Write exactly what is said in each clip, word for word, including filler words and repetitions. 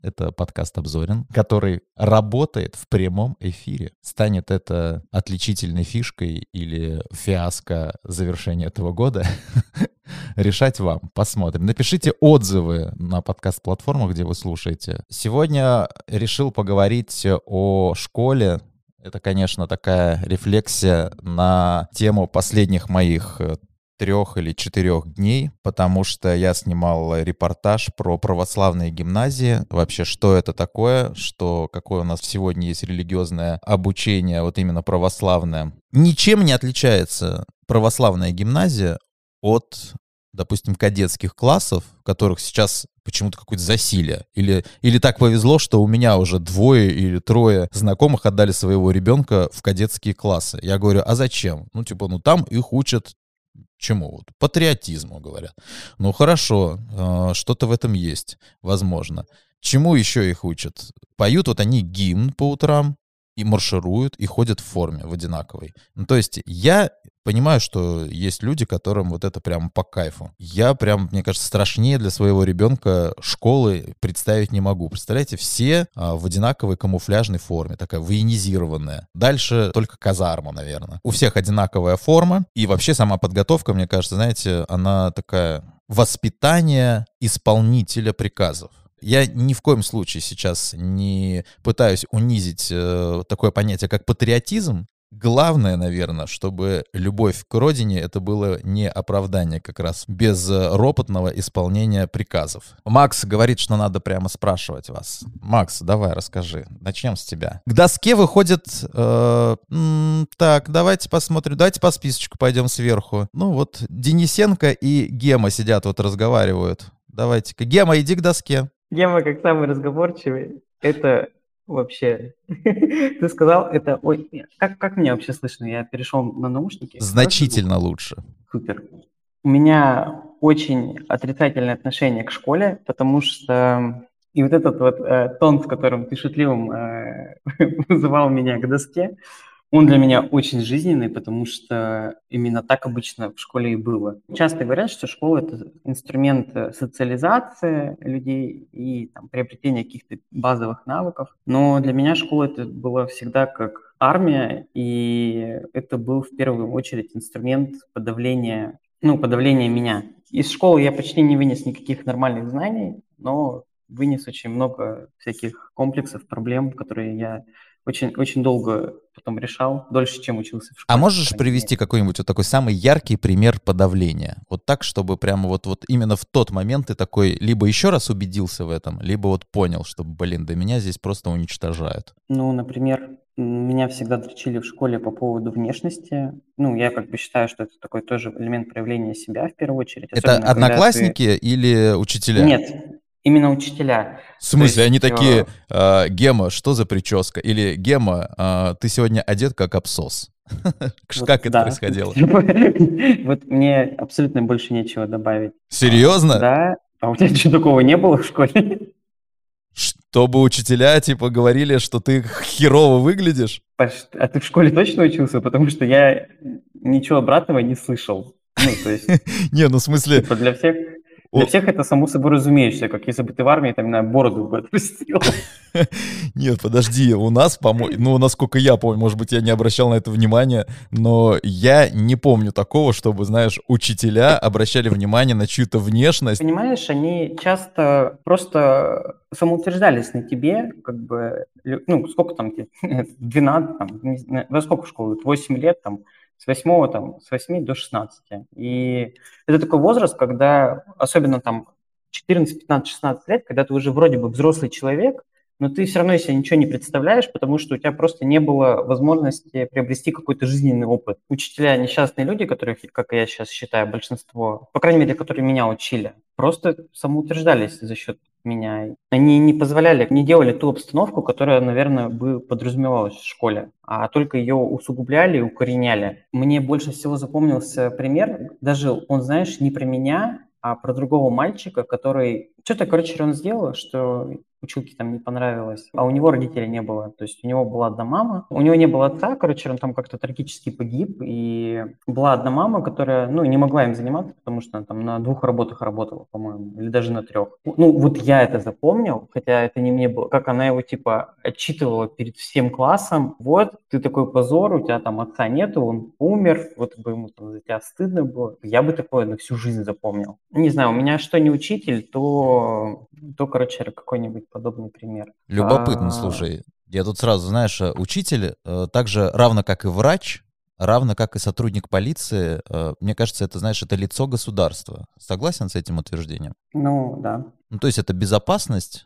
Это подкаст «Обзорин», который работает в прямом эфире. Станет это отличительной фишкой или фиаско завершения этого года? Решать вам. Посмотрим. Напишите отзывы на подкаст-платформах, где вы слушаете. Сегодня решил поговорить о школе. Это, конечно, такая рефлексия на тему последних моих трех или четырех дней, потому что я снимал репортаж про православные гимназии. Вообще, что это такое, что какое у нас сегодня есть религиозное обучение, вот именно православное. Ничем не отличается православная гимназия от, допустим, кадетских классов, в которых сейчас почему-то какое-то засилие. Или, или так повезло, что у меня уже двое или трое знакомых отдали своего ребенка в кадетские классы. Я говорю, а зачем? Ну, типа, ну там их учат чему? Вот, патриотизму, говорят. Ну, хорошо, э, что-то в этом есть, возможно. Чему еще их учат? Поют вот они гимн по утрам, и маршируют, и ходят в форме, в одинаковой. Ну, то есть я понимаю, что есть люди, которым вот это прям по кайфу. Я прям, мне кажется, страшнее для своего ребенка школы представить не могу. Представляете, все а, в одинаковой камуфляжной форме, такая военизированная. Дальше только казарма, наверное. У всех одинаковая форма, и вообще сама подготовка, мне кажется, знаете, она такая воспитание исполнителя приказов. Я ни в коем случае сейчас не пытаюсь унизить э, такое понятие, как патриотизм. Главное, наверное, чтобы любовь к родине — это было не оправдание как раз без ропотного исполнения приказов. Макс говорит, что надо прямо спрашивать вас. Макс, давай расскажи. Начнем с тебя. К доске выходит... Э, м, так, давайте посмотрим. Давайте по списочку пойдем сверху. Ну вот, Денисенко и Гема сидят, вот разговаривают. Давайте-ка. Гема, иди к доске. Гема, как самый разговорчивый, это вообще... Ты сказал, это... Ой, как, как меня вообще слышно? Я перешел на наушники. Значительно лучше. Супер. У меня очень отрицательное отношение к школе, потому что... И вот этот вот э, тон, с которым ты шутливым э, вызывал меня к доске, он для меня очень жизненный, потому что именно так обычно в школе и было. Часто говорят, что школа — это инструмент социализации людей и там, приобретения каких-то базовых навыков. Но для меня школа — это было всегда как армия, и это был в первую очередь инструмент подавления, ну, подавления меня. Из школы я почти не вынес никаких нормальных знаний, но вынес очень много всяких комплексов, проблем, которые я очень, очень долго потом решал, дольше, чем учился в школе. А можешь привести какой-нибудь вот такой самый яркий пример подавления? Вот так, чтобы прямо вот, вот именно в тот момент ты такой либо еще раз убедился в этом, либо вот понял, что, блин, да меня здесь просто уничтожают. Ну, например, меня всегда дрочили в школе по поводу внешности. Ну, я как бы считаю, что это такой тоже элемент проявления себя в первую очередь. Это одноклассники ты... или учителя? Нет. Именно учителя. В смысле, есть, они такие, э, Гема, что за прическа? Или Гема, э, ты сегодня одет как абсос. Вот, как это да. происходило? Вот мне абсолютно больше нечего добавить. Серьезно? Да. А у тебя ничего такого не было в школе? Чтобы учителя, типа, говорили, что ты херово выглядишь? А ты в школе точно учился? Потому что я ничего обратного не слышал. Ну, то есть... Не, ну в смысле... Типа для всех... Для всех это само собой разумеющееся, как если бы ты в армии, там, на бороду бы отрастил. Нет, подожди, у нас, по-моему, ну, насколько я помню, может быть, я не обращал на это внимания, но я не помню такого, чтобы, знаешь, учителя обращали внимание на чью-то внешность. Понимаешь, они часто просто самоутверждались на тебе, как бы, ну, сколько там тебе, двенадцать, там, во сколько в школу, восемь лет, там, с восьмого, там, с восьми до шестнадцати. И это такой возраст, когда, особенно там четырнадцать, пятнадцать, шестнадцать лет, когда ты уже вроде бы взрослый человек, но ты все равно себе ничего не представляешь, потому что у тебя просто не было возможности приобрести какой-то жизненный опыт. Учителя — несчастные люди, которых, как я сейчас считаю, большинство, по крайней мере, которые меня учили, просто самоутверждались за счет меня. Они не позволяли, не делали ту обстановку, которая, наверное, бы подразумевалась в школе, а только ее усугубляли и укореняли. Мне больше всего запомнился пример, даже он, знаешь, не про меня, а про другого мальчика, который... Что-то, короче, он сделал, что училке там не понравилось, а у него родителей не было. То есть у него была одна мама, у него не было отца, короче, он там как-то трагически погиб, и была одна мама, которая, ну, не могла им заниматься, потому что она там на двух работах работала, по-моему, или даже на трех. Ну, вот я это запомнил, хотя это не мне было, как она его, типа, отчитывала перед всем классом. Вот, ты такой позор, у тебя там отца нету, он умер, вот бы ему там за тебя стыдно было. Я бы такое на всю жизнь запомнил. Не знаю, у меня что не учитель, то, то короче, какой-нибудь подобный пример. Любопытно, А, слушай. Я тут сразу, знаешь, э, учитель, э, так же равно как и врач, равно как и сотрудник полиции, э, мне кажется, это, знаешь, это лицо государства. Согласен с этим утверждением? ну, да. Ну, то есть это безопасность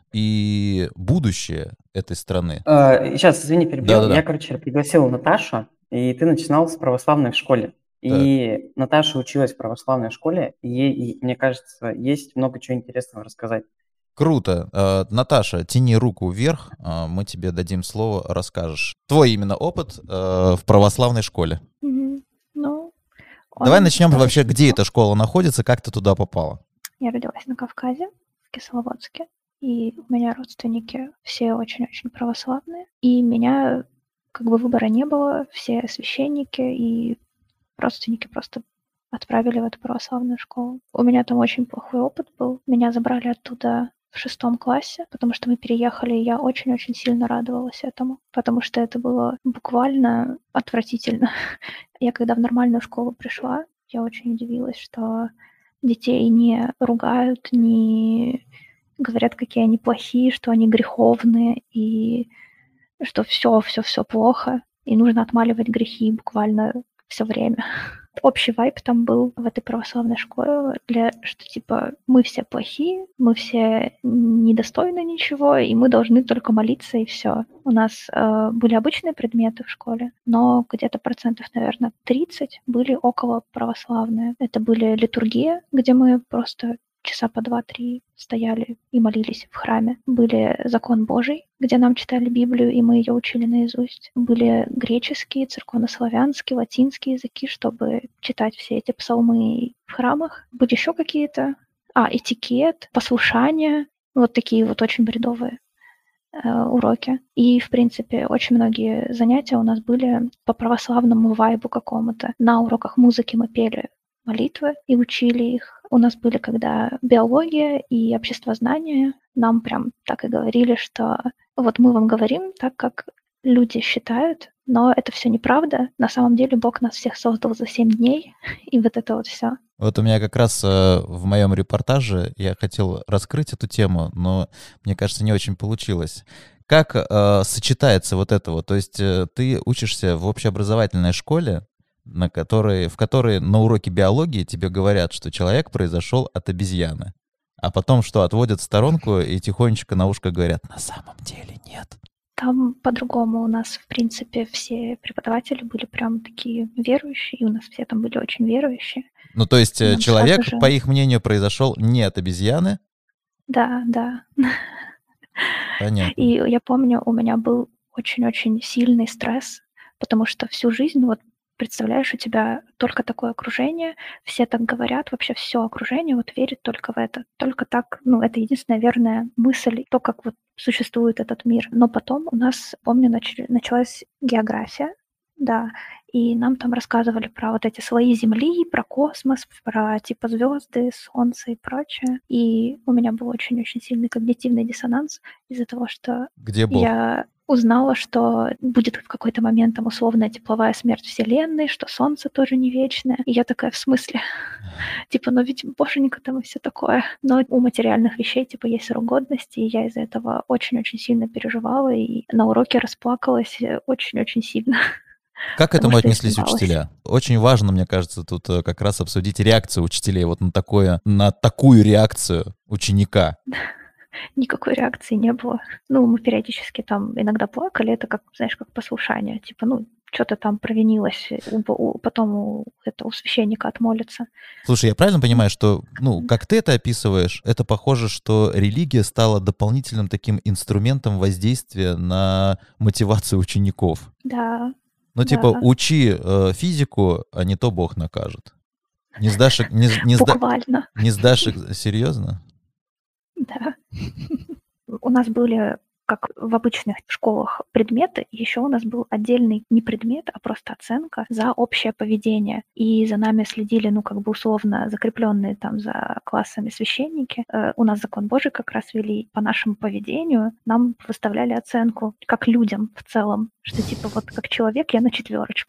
и будущее этой страны. А, сейчас, извини, перебью. Да-да-да. Я, короче, пригласил Наташу, и ты начинал с православной в школе. Так. И Наташа училась в православной школе, и ей, и, мне кажется, есть много чего интересного рассказать. Круто. Э, Наташа, тяни руку вверх, э, мы тебе дадим слово, расскажешь. Твой именно опыт э, в православной школе. Мгм. Ну, Давай он начнем вообще, достаточно где плох. эта школа находится, как ты туда попала? Я родилась на Кавказе, в Кисловодске, и у меня родственники все очень-очень православные, и меня как бы выбора не было, все священники и родственники просто отправили в эту православную школу. У меня там очень плохой опыт был. Меня забрали оттуда в шестом классе, потому что мы переехали, и я очень-очень сильно радовалась этому, потому что это было буквально отвратительно. Я когда в нормальную школу пришла, я очень удивилась, что детей не ругают, не говорят, какие они плохие, что они греховные, и что все, все, все плохо, и нужно отмаливать грехи буквально все время. Общий вайб там был в этой православной школе, для, что типа мы все плохие, мы все недостойны ничего, и мы должны только молиться, и все. У нас э, были обычные предметы в школе, но где-то процентов, наверное, тридцать были около православные. Это были литургия, где мы просто часа по два-три стояли и молились в храме. Были закон Божий, где нам читали Библию, и мы ее учили наизусть. Были греческие, церковнославянские, латинские языки, чтобы читать все эти псалмы в храмах. Были еще какие-то... А, этикет, послушание. Вот такие вот очень бредовые э, уроки. И, в принципе, очень многие занятия у нас были по православному вайбу какому-то. На уроках музыки мы пели молитвы и учили их. У нас были когда биология и обществознание. Нам прям так и говорили, что вот мы вам говорим так, как люди считают, но это все неправда. На самом деле Бог нас всех создал за семь дней, и вот это вот все. Вот у меня как раз э, в моем репортаже я хотел раскрыть эту тему, но мне кажется, не очень получилось. Как э, сочетается вот это вот? То есть э, ты учишься в общеобразовательной школе, на которой, в которой на уроке биологии тебе говорят, что человек произошел от обезьяны, а потом что, отводят в сторонку и тихонечко на ушко говорят, на самом деле нет. Там по-другому у нас, в принципе, все преподаватели были прям такие верующие, и у нас все там были очень верующие. Ну, то есть Нам человек, сразу же... по их мнению, произошел не от обезьяны? Да, да. Понятно. И я помню, у меня был очень-очень сильный стресс, потому что всю жизнь, вот представляешь, у тебя только такое окружение, все так говорят, вообще все окружение вот верит только в это. Только так, ну, это единственная верная мысль, то, как вот существует этот мир. Но потом у нас, помню, нач- началась география, да, и нам там рассказывали про вот эти слои Земли, про космос, про типа звезды, Солнце и прочее. И у меня был очень-очень сильный когнитивный диссонанс из-за того, что Где Бог? я узнала, что будет в какой-то момент там условная тепловая смерть Вселенной, что Солнце тоже не вечное. И я такая, в смысле? Типа, ну ведь боженька там и все такое. Но у материальных вещей, типа, есть срок годности, и я из-за этого очень-очень сильно переживала, и на уроке расплакалась очень-очень сильно. Как к этому Потому что отнеслись испугалась. учителя? Очень важно, мне кажется, тут э, как раз обсудить реакцию учителей вот на такое, на такую реакцию ученика. Никакой реакции не было. Ну, мы периодически там иногда плакали, это как, знаешь, как послушание. Типа, ну, что-то там провинилось, у, у, потом у, это, у священника отмолится. Слушай, я правильно понимаю, что, ну, как ты это описываешь, это похоже, что религия стала дополнительным таким инструментом воздействия на мотивацию учеников? Да. Ну, да. типа, учи э, физику, а не то Бог накажет. Не сдашь... Не, не сда... Буквально. Не сдашь... Серьезно? Да. у нас были, как в обычных школах, предметы, еще у нас был отдельный не предмет, а просто оценка за общее поведение. И за нами следили, ну, как бы условно закрепленные там за классами священники. Э, у нас закон Божий как раз вели по нашему поведению. Нам выставляли оценку как людям в целом, что типа вот как человек я на четверочку.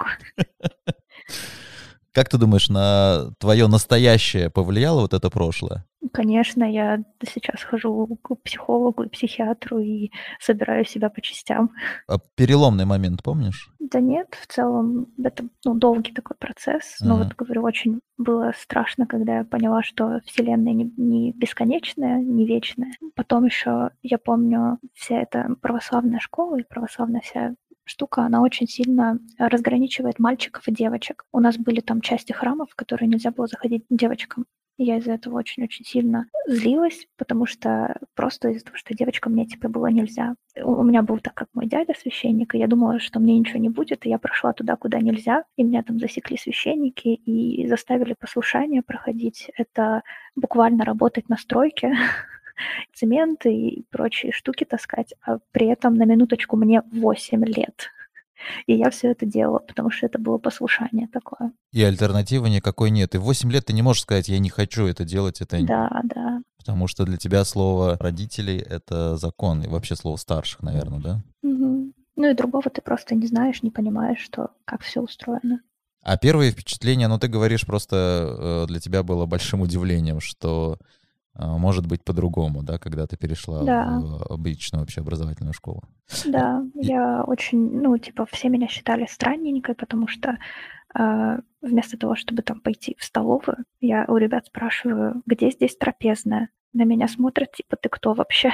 Как ты думаешь, на твое настоящее повлияло вот это прошлое? Конечно, я сейчас хожу к психологу и психиатру и собираю себя по частям. А переломный момент помнишь? Да нет, в целом это, ну, долгий такой процесс. Но вот, Ага. говорю, очень было страшно, когда я поняла, что Вселенная не, не бесконечная, не вечная. Потом еще, я помню, вся эта православная школа и православная вся штука, она очень сильно разграничивает мальчиков и девочек. У нас были там части храмов, в которые нельзя было заходить девочкам. И я из-за этого очень-очень сильно злилась, потому что просто из-за того, что девочкам мне типа было нельзя. У у меня был так, как мой дядя священник, и я думала, что мне ничего не будет, и я прошла туда, куда нельзя, и меня там засекли священники и заставили послушание проходить. Это буквально работать на стройке, цемент и прочие штуки таскать, а при этом на минуточку мне восемь лет. И я все это делала, потому что это было послушание такое. И альтернативы никакой нет. И в восемь лет ты не можешь сказать, я не хочу это делать, это... Да, да. Потому что для тебя слово родителей — это закон, и вообще слово старших, наверное, да? Мгм. Ну и другого ты просто не знаешь, не понимаешь, что как все устроено. А первые впечатления, ну ты говоришь, просто э, для тебя было большим удивлением, что э, может быть по-другому, да, когда ты перешла Да, в обычную общеобразовательную школу. да, И- я очень, ну, типа, все меня считали странненькой, потому что а, вместо того, чтобы там пойти в столовую, я у ребят спрашиваю, где здесь трапезная? На меня смотрят, типа, ты кто вообще?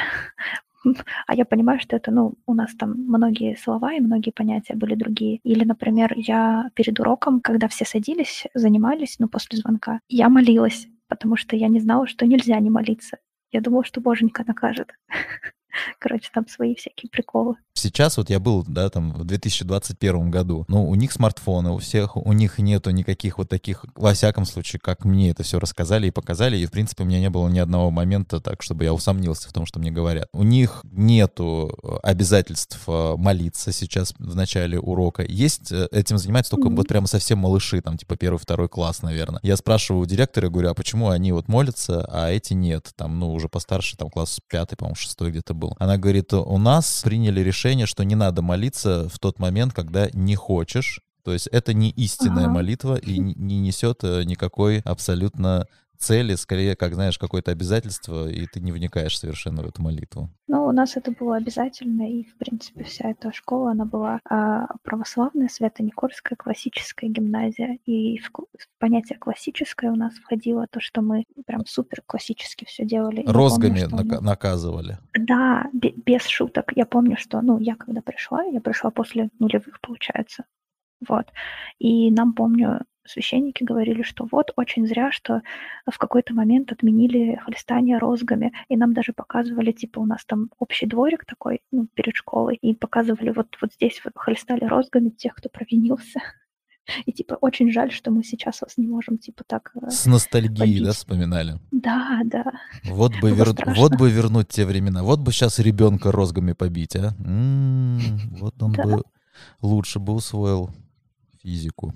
А я понимаю, что это, ну, у нас там многие слова и многие понятия были другие. Или, например, я перед уроком, когда все садились, занимались, ну, после звонка, я молилась, потому что я не знала, что нельзя не молиться. Я думала, что Боженька накажет. Короче, там свои всякие приколы. Сейчас вот я был, да, там в две тысячи двадцать первом году, ну, у них смартфоны, у всех, у них нету никаких вот таких, во всяком случае, как мне это все рассказали и показали, и, в принципе, у меня не было ни одного момента так, чтобы я усомнился в том, что мне говорят. У них нету обязательств э, молиться сейчас в начале урока. Есть, э, этим занимаются только Мгм. вот прямо совсем малыши, там, типа, первый, второй класс, наверное. Я спрашиваю у директора, говорю, а почему они вот молятся, а эти нет? Там, ну, уже постарше, там, класс пятый, по-моему, шестой где-то был. Она говорит, у нас приняли решение, что не надо молиться в тот момент, когда не хочешь. То есть это не истинная Ага. молитва и не не несет э, никакой абсолютно цели, скорее, как, знаешь, какое-то обязательство, и ты не вникаешь совершенно в эту молитву. Ну, у нас это было обязательно, и, в принципе, вся эта школа, она была а, православная, Свято-Никольская классическая гимназия. И в, ку- в понятие классическое у нас входило то, что мы прям супер классически все делали. И я помню, Розгами что у нака- нас... наказывали. Да, бе- без шуток. Я помню, что, ну, я когда пришла, я пришла после нулевых, получается. Вот. И нам, помню, священники говорили, что вот очень зря, что в какой-то момент отменили хлестание розгами. И нам даже показывали, типа, у нас там общий дворик такой, ну, перед школой, и показывали вот, вот здесь вот хлестали розгами тех, кто провинился. И, типа, очень жаль, что мы сейчас вас не можем, типа, так э, С ностальгией, да, побить. вспоминали? Да, да, Вот бы, было вер... вот страшно. бы вернуть те времена. Вот бы сейчас ребенка розгами побить, а? М, вот он Да, бы лучше бы усвоил физику.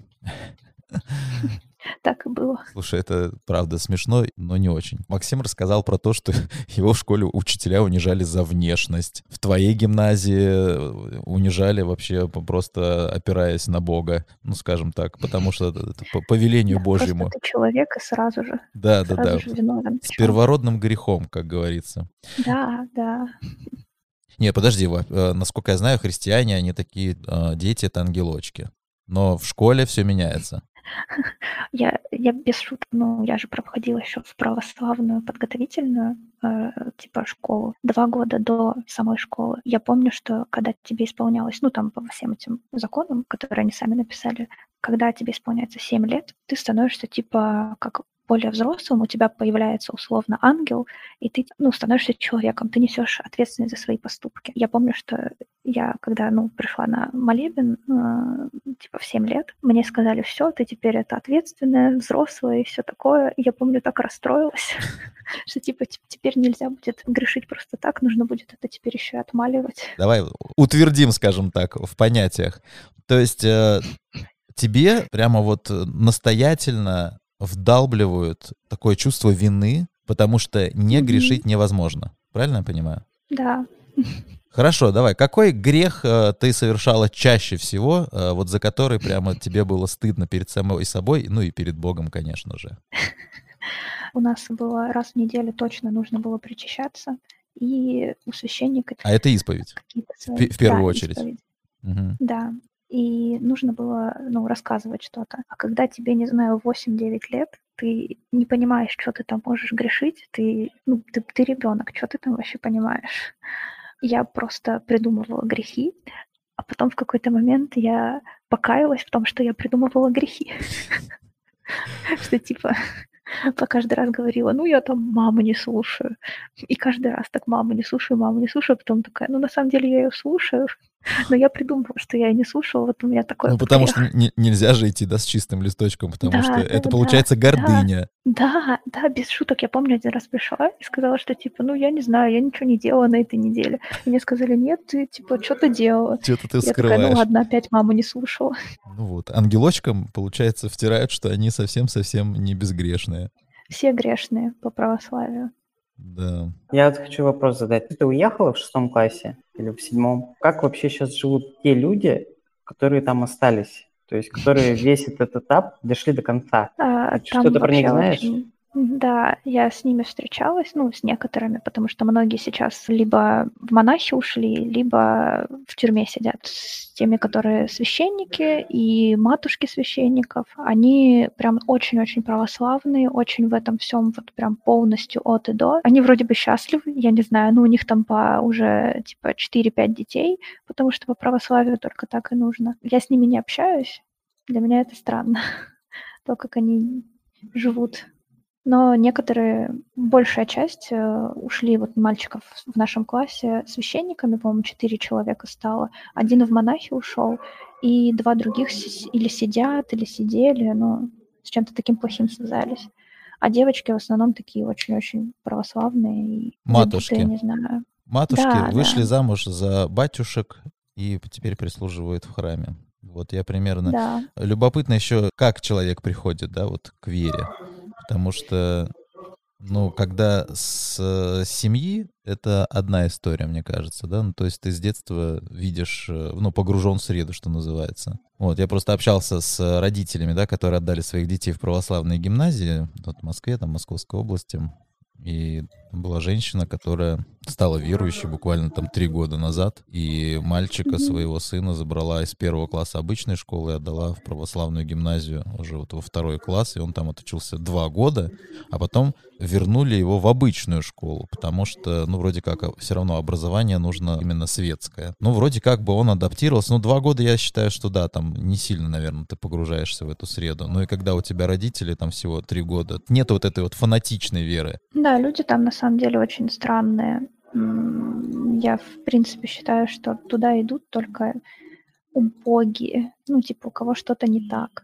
так и было. Слушай, это правда смешно, но не очень. Максим рассказал про то, что его в школе учителя унижали за внешность. В твоей гимназии э, унижали вообще по- просто опираясь на Бога, ну, скажем так, потому что это это по повелению Да, просто Божьему. ты человек и сразу же, Да, да, сразу да. же виновен в С чем. первородным грехом, как говорится. Да, да. Не, подожди, во- э, насколько я знаю, христиане, они такие, э, дети — это ангелочки. Но в школе все меняется. Я, я без шуток, ну, я же проходила еще в православную подготовительную, э, типа, школу два года до самой школы. Я помню, что когда тебе исполнялось, ну, там, по всем этим законам, которые они сами написали, когда тебе исполняется семь лет, ты становишься, типа, как более взрослым, у тебя появляется условно ангел, и ты, ну, становишься человеком, ты несешь ответственность за свои поступки. Я помню, что я, когда, ну, пришла на молебен, э, типа, в семь лет, мне сказали, все, ты теперь это ответственная, взрослая и все такое. И я помню, так расстроилась, что, типа, т- теперь теперь нельзя будет грешить просто так, нужно будет это теперь еще и отмаливать. Давай утвердим, скажем так, в понятиях. То есть э, тебе прямо вот настоятельно вдалбливают такое чувство вины, потому что не Мгм. грешить невозможно. Правильно я понимаю? Да. Хорошо, давай. Какой грех э, ты совершала чаще всего, э, вот за который прямо тебе было стыдно перед самой собой, ну и перед Богом, конечно же? У нас было раз в неделю точно нужно было причащаться, и у священника А это исповедь, какие-то в, свои... пе- в первую Да, очередь. исповеди. Мгм. Да. И нужно было, ну, рассказывать что-то. А когда тебе, не знаю, восемь-девять лет, ты не понимаешь, что ты там можешь грешить, ты, ну, ты, ты ребенок, что ты там вообще понимаешь? Я просто придумывала грехи, а потом в какой-то момент я покаялась в том, что я придумывала грехи. Что типа каждый раз говорила, ну, я там маму не слушаю. И каждый раз так маму не слушаю, маму не слушаю, а потом такая, ну, на самом деле я ее слушаю, но я придумала, что я ее не слушала, вот у меня такой Ну, вот потому грех. что не- нельзя же идти, да, с чистым листочком, потому Да, что да, это да, получается да, гордыня. да, да, без шуток. Я помню, один раз пришла и сказала, что типа, ну, я не знаю, я ничего не делала на этой неделе. И мне сказали, нет, ты типа что-то делала. Что-то ты Я такая, ну скрываешь. ладно, опять маму не слушала. Ну вот, ангелочкам, получается, втирают, что они совсем-совсем не безгрешные. Все грешные по православию. Да. Я вот хочу вопрос задать. Ты уехала в шестом классе или в седьмом? Как вообще сейчас живут те люди, которые там остались? То есть, которые весь этот этап дошли до конца? А, Ты там что-то про них вообще знаешь? очень... Да, я с ними встречалась, ну, с некоторыми, потому что многие сейчас либо в монахи ушли, либо в тюрьме сидят. С теми, которые священники и матушки священников, они прям очень-очень православные, очень в этом всем вот прям полностью от и до. Они вроде бы счастливы, я не знаю, ну, у них там по уже типа четыре-пять детей, потому что по православию только так и нужно. Я с ними не общаюсь, для меня это странно, то, как они живут. Но некоторые, большая часть э, ушли, вот мальчиков в нашем классе священниками, по-моему, четыре человека стало. Один в монахи ушел, и два других си- или сидят, или сидели, ну, с чем-то таким плохим связались. А девочки в основном такие очень-очень православные и забитые, Матушки. не знаю. Матушки Да, вышли да, замуж за батюшек и теперь прислуживают в храме. Вот я примерно... да. Любопытно еще, как человек приходит, да, вот к вере. Потому что, ну, когда с э, семьи, это одна история, мне кажется, да, ну, то есть ты с детства видишь, э, ну, погружен в среду, что называется. Вот, я просто общался с родителями, да, которые отдали своих детей в православные гимназии, вот в Москве, там, Московской области, и была женщина, которая стала верующей буквально там три года назад, и мальчика Мгм. своего сына забрала из первого класса обычной школы и отдала в православную гимназию уже вот во второй класс, и он там отучился два года, а потом вернули его в обычную школу, потому что, ну, вроде как, все равно образование нужно именно светское. Ну, вроде как бы он адаптировался, ну, два года, я считаю, что да, там не сильно, наверное, ты погружаешься в эту среду. Ну, и когда у тебя родители там всего три года, нет вот этой вот фанатичной веры. Да, люди там на самом деле очень странные. М, Я, в принципе, считаю, что туда идут только убогие, ну, типа, у кого что-то не так.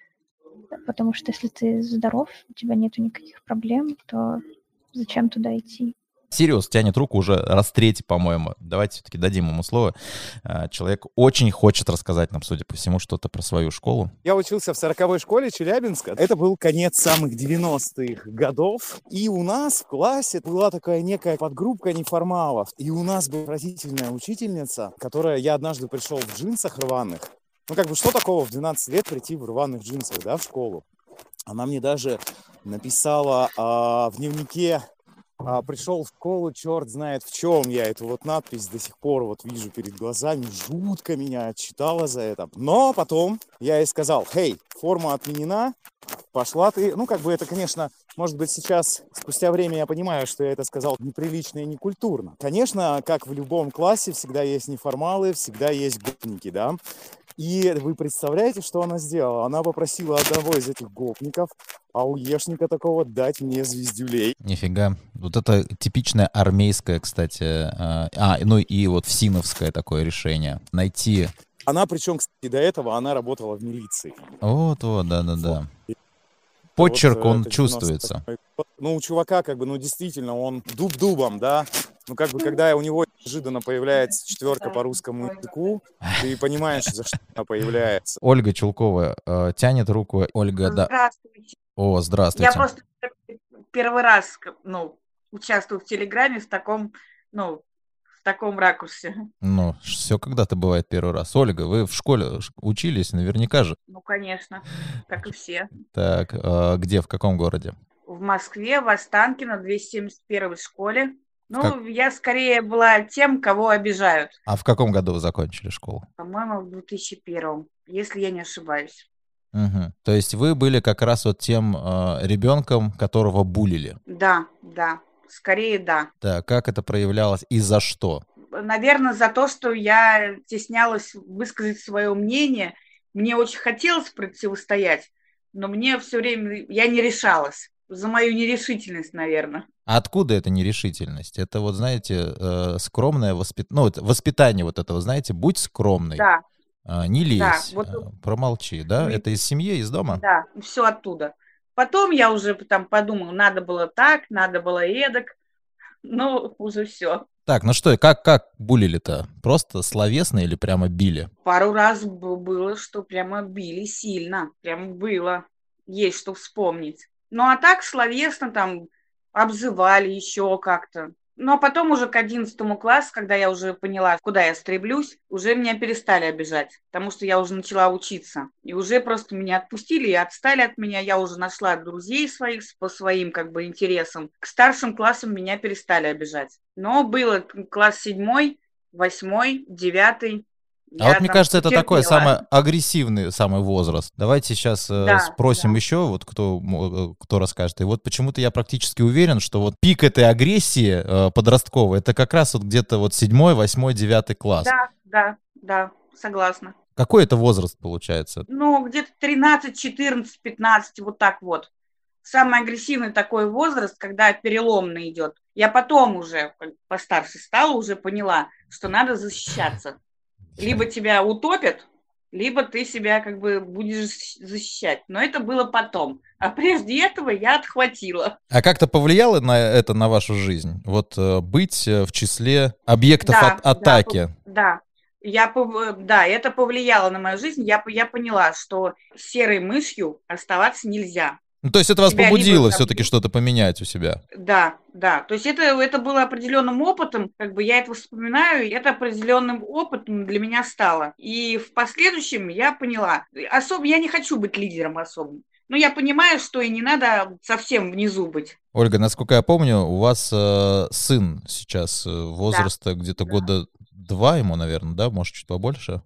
Потому что если ты здоров, у тебя нету никаких проблем, то зачем туда идти? Сириус тянет руку уже раз третий, по-моему. Давайте все-таки дадим ему слово. А, Человек очень хочет рассказать нам, судя по всему, что-то про свою школу. Я учился в сороковой школе Челябинска. Это был конец самых девяностых годов. И у нас в классе была такая некая подгруппка неформалов. И у нас была поразительная учительница, которая... Я однажды пришел в джинсах рваных. Ну, как бы, что такого в двенадцать лет прийти в рваных джинсах, да, в школу? Она мне даже написала а, в дневнике: а, пришел в школу, черт знает в чем. Я эту вот надпись до сих пор вот вижу перед глазами. Жутко меня отчитала за это. Но потом я ей сказал: хей, форма отменена, пошла ты. Ну, как бы это, конечно, может быть, сейчас, спустя время, я понимаю, что я это сказал неприлично и некультурно. Конечно, как в любом классе, всегда есть неформалы, всегда есть гопники, да. И вы представляете, что она сделала? Она попросила одного из этих гопников, ауешника такого, дать мне звездюлей. Нифига. Вот это типичное армейское, кстати. А, а, ну и вот всиновское такое решение. Найти... Она, причем, кстати, до этого она работала в милиции. Вот-вот, да-да-да. Почерк, вот, он это чувствуется. девяносто восьмой. Ну, у чувака, как бы, ну, действительно, он дуб дубом, да. Ну, как бы, когда у него неожиданно появляется четверка по русскому языку, ты понимаешь, за что она появляется. Ольга Чулкова э, тянет руку. Ольга, да. Здравствуйте. О, Я здравствуйте. просто первый раз, к- ну, участвую в Телеграме в таком, ну, в таком ракурсе. Ну, все когда-то бывает первый раз. Ольга, вы в школе ш- учились, наверняка же. Ну, конечно, как и все. Так, э, где, в каком городе? В Москве, в Останкино, двести семьдесят первой школе. В как- Ну, я скорее была тем, кого обижают. А в каком году вы закончили школу? По-моему, в две тысячи первом, если я не ошибаюсь. Мгм. То есть вы были как раз вот тем э, ребенком, которого булили. Да, да, скорее да. Так, как это проявлялось и за что? Наверное, за то, что я стеснялась высказать свое мнение. Мне очень хотелось противостоять, но мне все время, я не решалась. За мою нерешительность, наверное. А откуда эта нерешительность? Это вот, знаете, э, скромное воспит... ну, вот воспитание вот этого, знаете, будь скромный, Да, а, не да, лезь, вот, а, промолчи, да? ну, Это из семьи, из дома? да, все оттуда. Потом я уже там подумала, надо было так, надо было эдак, ну, уже все. Так, ну что, как, как булили-то? Просто словесно или прямо били? Пару раз б- было, что прямо били сильно, прям было, есть что вспомнить. Ну, а так словесно там обзывали еще как-то. Ну, а потом уже к одиннадцатому классу, когда я уже поняла, куда я стремлюсь, уже меня перестали обижать, потому что я уже начала учиться. И уже просто меня отпустили и отстали от меня. Я уже нашла друзей своих по своим как бы интересам. К старшим классам меня перестали обижать. Но было класс седьмой, восьмой, девятый. А вот мне там кажется, это такой потерпела. самый агрессивный самый возраст. Давайте сейчас э, Да, спросим да. еще, вот кто, мо- э, кто расскажет. И вот почему-то я практически уверен, что вот пик этой агрессии э, подростковой, это как раз вот где-то вот седьмой, восьмой, девятый класс. Да, да, да, согласна. Какой это возраст получается? Ну, где-то тринадцать, четырнадцать, пятнадцать, вот так вот. Самый агрессивный такой возраст, когда переломный идет. Я потом уже, как постарше стала, уже поняла, что надо защищаться. Либо тебя утопят, либо ты себя как бы будешь защищать. Но это было потом. А прежде этого я отхватила. А как-то повлияло на это на вашу жизнь? Вот э, быть э, в числе объектов Да, от- да, атаки. Да, я, пов- да, это повлияло на мою жизнь. Я, п- я поняла, что серой мышью оставаться нельзя. Ну, то есть это вас Тебя побудило либо все-таки там- что-то поменять у себя? Да, да. То есть это, это было определенным опытом, как бы я это вспоминаю, и это определенным опытом для меня стало. И в последующем я поняла, особо я не хочу быть лидером особым. Но я понимаю, что и не надо совсем внизу быть. Ольга, насколько я помню, у вас э, сын сейчас э, возраста где-то да. года два ему, наверное, да? Может, чуть побольше?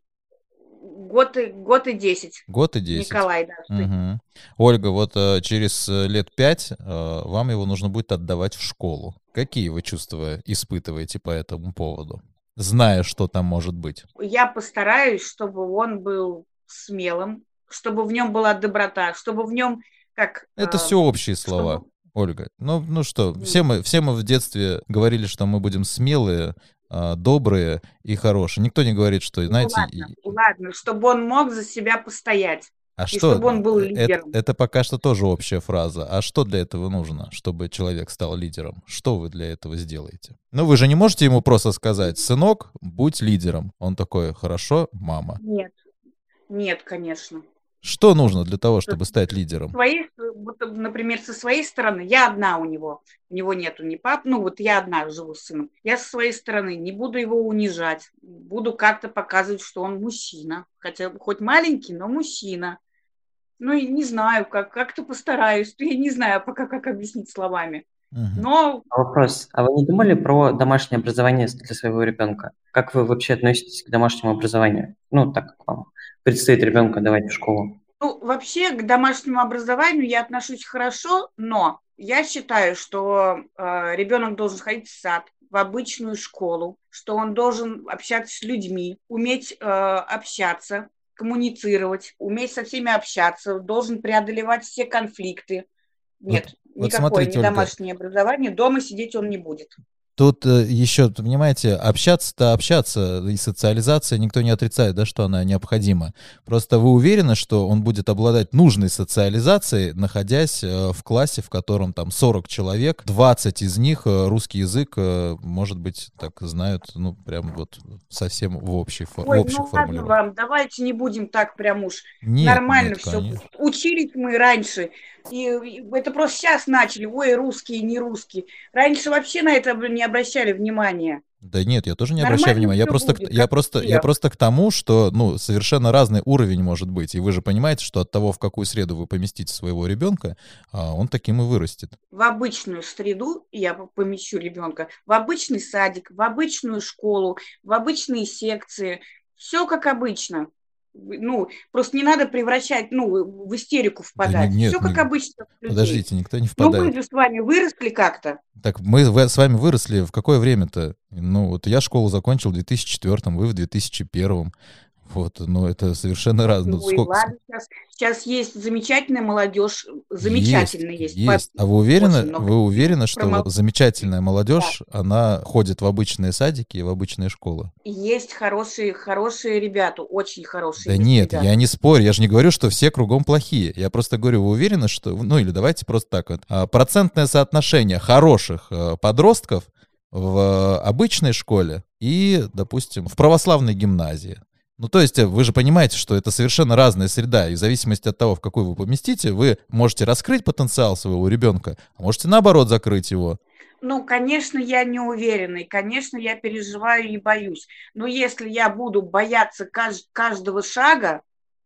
Год и, год и десять. Год и десять. Николай, да. сын. Мгм. Ольга, вот э, через э, лет пять э, вам его нужно будет отдавать в школу. Какие вы чувства испытываете по этому поводу, зная, что там может быть? Я постараюсь, чтобы он был смелым, чтобы в нем была доброта, чтобы в нем как... Это э, все общие слова, чтобы- Ольга. Ну, ну что, все мы, все мы в детстве говорили, что мы будем смелые, э, добрые и хорошие. Никто не говорит, что, Ну, знаете, ладно, и- ладно, чтобы он мог за себя постоять. а И что? чтобы он был э, это, лидером. это пока что тоже общая фраза. А что для этого нужно, чтобы человек стал лидером? Что вы для этого сделаете? Ну, вы же не можете ему просто сказать: сынок, будь лидером. Он такой: хорошо, мама. Нет, нет, конечно. Что нужно для того, чтобы стать лидером? Своей, вот, например, со своей стороны, я одна у него, у него нету ни пап, ну вот я одна живу с сыном. Я со своей стороны не буду его унижать, буду как-то показывать, что он мужчина, хотя хоть маленький, но мужчина. Ну и не знаю, как, как-то постараюсь, я не знаю пока, как объяснить словами. Мгм. Но Вопрос. А вы не думали про домашнее образование для своего ребенка? Как вы вообще относитесь к домашнему образованию? Ну, так как вам предстоит ребенка давать в школу. Ну, вообще к домашнему образованию я отношусь хорошо, но я считаю, что э, ребенок должен ходить в сад, в обычную школу, что он должен общаться с людьми, уметь э, общаться, коммуницировать, уметь со всеми общаться, должен преодолевать все конфликты. Нет, вот никакое смотрите, не Ольга. домашнее образование, дома сидеть он не будет. Тут э, еще, понимаете, общаться-то общаться, и социализация никто не отрицает, да, что она необходима. Просто вы уверены, что он будет обладать нужной социализацией, находясь э, в классе, в котором там сорок человек, двадцать из них э, русский язык, э, может быть, так знают, ну, прям вот совсем в, общей, фо- в Ой, общих ну ладно формулировках. вам, давайте не будем так прям уж Нет, нормально нет, все. конечно. Учились мы раньше, и, и это просто сейчас начали. Ой, русские, не русские. Раньше вообще на это не обращали внимания. Да нет, я тоже не обращаю Нормально внимания. Я все просто, к- будет, я как у просто, я всех. просто к тому, что, ну, совершенно разный уровень может быть. И вы же понимаете, что от того, в какую среду вы поместите своего ребенка, а, он таким и вырастет. В обычную среду я п- помещу ребенка, в обычный садик, в обычную школу, в обычные секции. Все как обычно. Вы- Ну, просто не надо превращать, ну, в истерику Да не- впадать. Все нет, как не- обычно у людей. подождите, никто не Ну, вы впадает. же с вами выросли как-то. Так мы вы- с вами выросли в какое время-то? Ну, вот я школу закончил в две тысячи четвёртом, вы в две тысячи первом. Вот, ну, это совершенно разное. Ну, Ну и сколько, ладно, сейчас, сейчас есть замечательная молодежь, Есть, замечательно есть. По- есть. А вы Очень уверены, много вы уверены, про что вот молодежь. замечательная Да. молодежь, она ходит в обычные садики и в обычные школы? Есть хорошие, хорошие ребята, очень хорошие Да есть нет, я ребята. не спорю, я же не говорю, что все кругом плохие. Я просто говорю, вы уверены, что... Ну или давайте просто так вот. а, Процентное соотношение хороших э, подростков в обычной школе и, допустим, в православной гимназии. Ну, то есть э, вы же понимаете, что это совершенно разная среда, и в зависимости от того, в какой вы поместите, вы можете раскрыть потенциал своего ребенка, а можете, наоборот, закрыть его. Ну, конечно, я не уверена, и, конечно, я переживаю и боюсь. Но если я буду бояться кажд- каждого шага,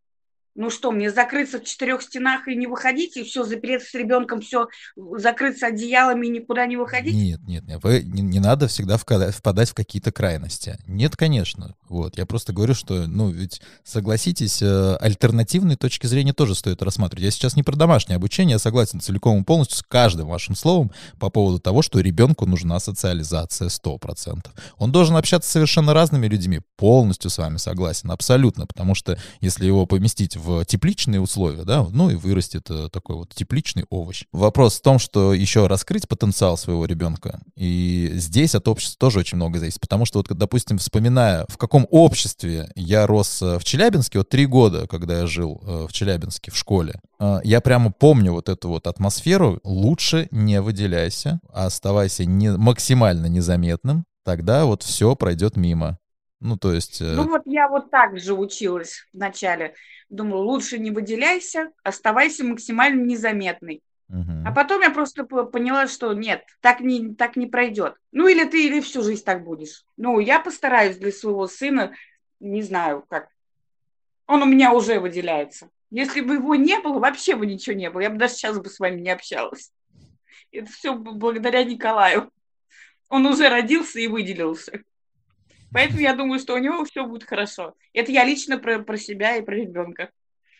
ну что, мне закрыться в четырех стенах и не выходить, и все, запереться с ребенком, все, закрыться одеялами и никуда не выходить? Нет, нет, нет, вы, не, не надо всегда вкада- впадать в какие-то крайности. Нет, конечно. Вот, я просто говорю, что, ну, ведь, согласитесь, э, альтернативные точки зрения тоже стоит рассматривать. Я сейчас не про домашнее обучение, я согласен целиком и полностью с каждым вашим словом по поводу того, что ребенку нужна социализация сто процентов. Он должен общаться с совершенно разными людьми, полностью с вами согласен, абсолютно, потому что если его поместить в тепличные условия, да, ну и вырастет э, такой вот тепличный овощ. Вопрос в том, что еще раскрыть потенциал своего ребенка, и здесь от общества тоже очень много зависит, потому что вот, допустим, вспоминая, в каком обществе я рос э, в Челябинске, вот три года, когда я жил э, в Челябинске в школе, э, я прямо помню вот эту вот атмосферу: лучше не выделяйся, а оставайся не, максимально незаметным, тогда вот все пройдет мимо. Ну, то есть... э, Ну вот я вот так же училась вначале. Думала, лучше не выделяйся, оставайся максимально незаметной. мгм. А потом я просто по- поняла, что нет, так не, так не пройдет. Ну или ты, или всю жизнь так будешь. Ну, я постараюсь для своего сына, не знаю как. Он у меня уже выделяется. Если бы его не было, вообще бы ничего не было. Я бы даже сейчас бы с вами не общалась. Это все благодаря Николаю. Он уже родился и выделился. Поэтому я думаю, что у него все будет хорошо. Это я лично про, про себя и про ребенка.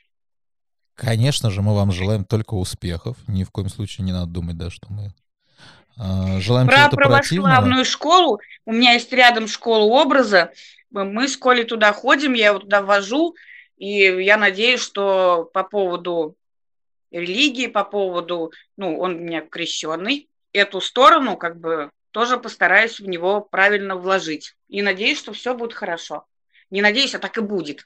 Конечно же, мы вам желаем только успехов. Ни в коем случае не надо думать, да, что мы а, желаем Про чего-то противного. православную школу. У меня есть рядом школа образа. Мы в школе туда ходим, я его туда вожу. И я надеюсь, что по поводу религии, по поводу, ну, он у меня крещенный, эту сторону как бы тоже постараюсь в него правильно вложить. И надеюсь, что все будет хорошо. Не надеюсь, а так и будет.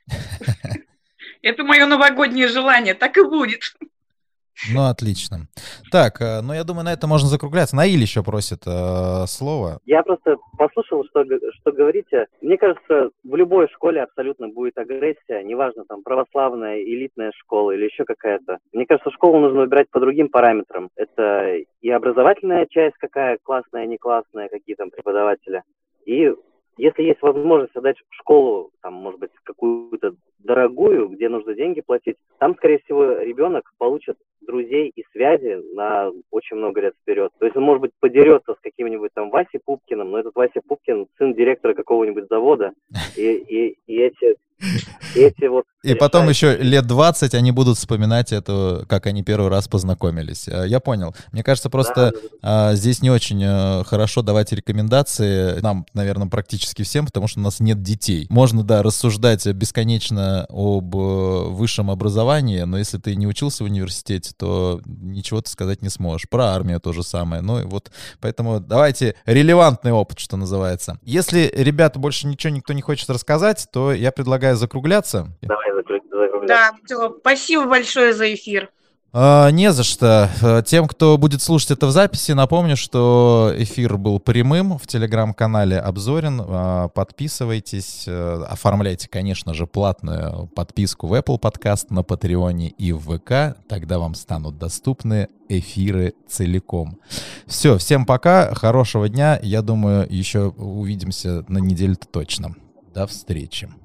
Это мое новогоднее желание, так и будет. Ну, отлично. Так, э, ну, я думаю, на это можно закругляться. Наиль еще просит э, слово. Я просто послушал, что, г- что говорите. Мне кажется, в любой школе абсолютно будет агрессия, неважно, там, православная, элитная школа или еще какая-то. Мне кажется, школу нужно выбирать по другим параметрам. Это и образовательная часть какая, классная, не классная, какие там преподаватели. И если есть возможность отдать в школу, там, может быть, какую-то дорогую, где нужно деньги платить, там, скорее всего, ребенок получит друзей и связи на очень много лет вперед. То есть он, может быть, подерется с каким-нибудь там Васей Пупкиным, но этот Вася Пупкин сын директора какого-нибудь завода, и, и, и эти Эти вот И потом решающие- еще лет двадцать они будут вспоминать это, как они первый раз познакомились. А, Я понял. Мне кажется, просто Да, а, здесь не очень а, хорошо давать рекомендации нам, наверное, практически всем, потому что у нас нет детей. Можно, да, рассуждать бесконечно об э, высшем образовании, но если ты не учился в университете, то ничего ты сказать не сможешь. Про армию то же самое. Ну и вот, поэтому давайте релевантный опыт, что называется. Если, ребята, больше ничего никто не хочет рассказать, то я предлагаю закругляться. Давай закру- закругляться. Да, все, спасибо большое за эфир. А, Не за что. А, Тем, кто будет слушать это в записи, напомню, что эфир был прямым в телеграм-канале Обзорин. А, Подписывайтесь, э, оформляйте, конечно же, платную подписку в Apple Podcast, на Патреоне и в ВК. Тогда вам станут доступны эфиры целиком. Все, всем пока, хорошего дня. Я думаю, еще увидимся на неделе-то точно. До встречи.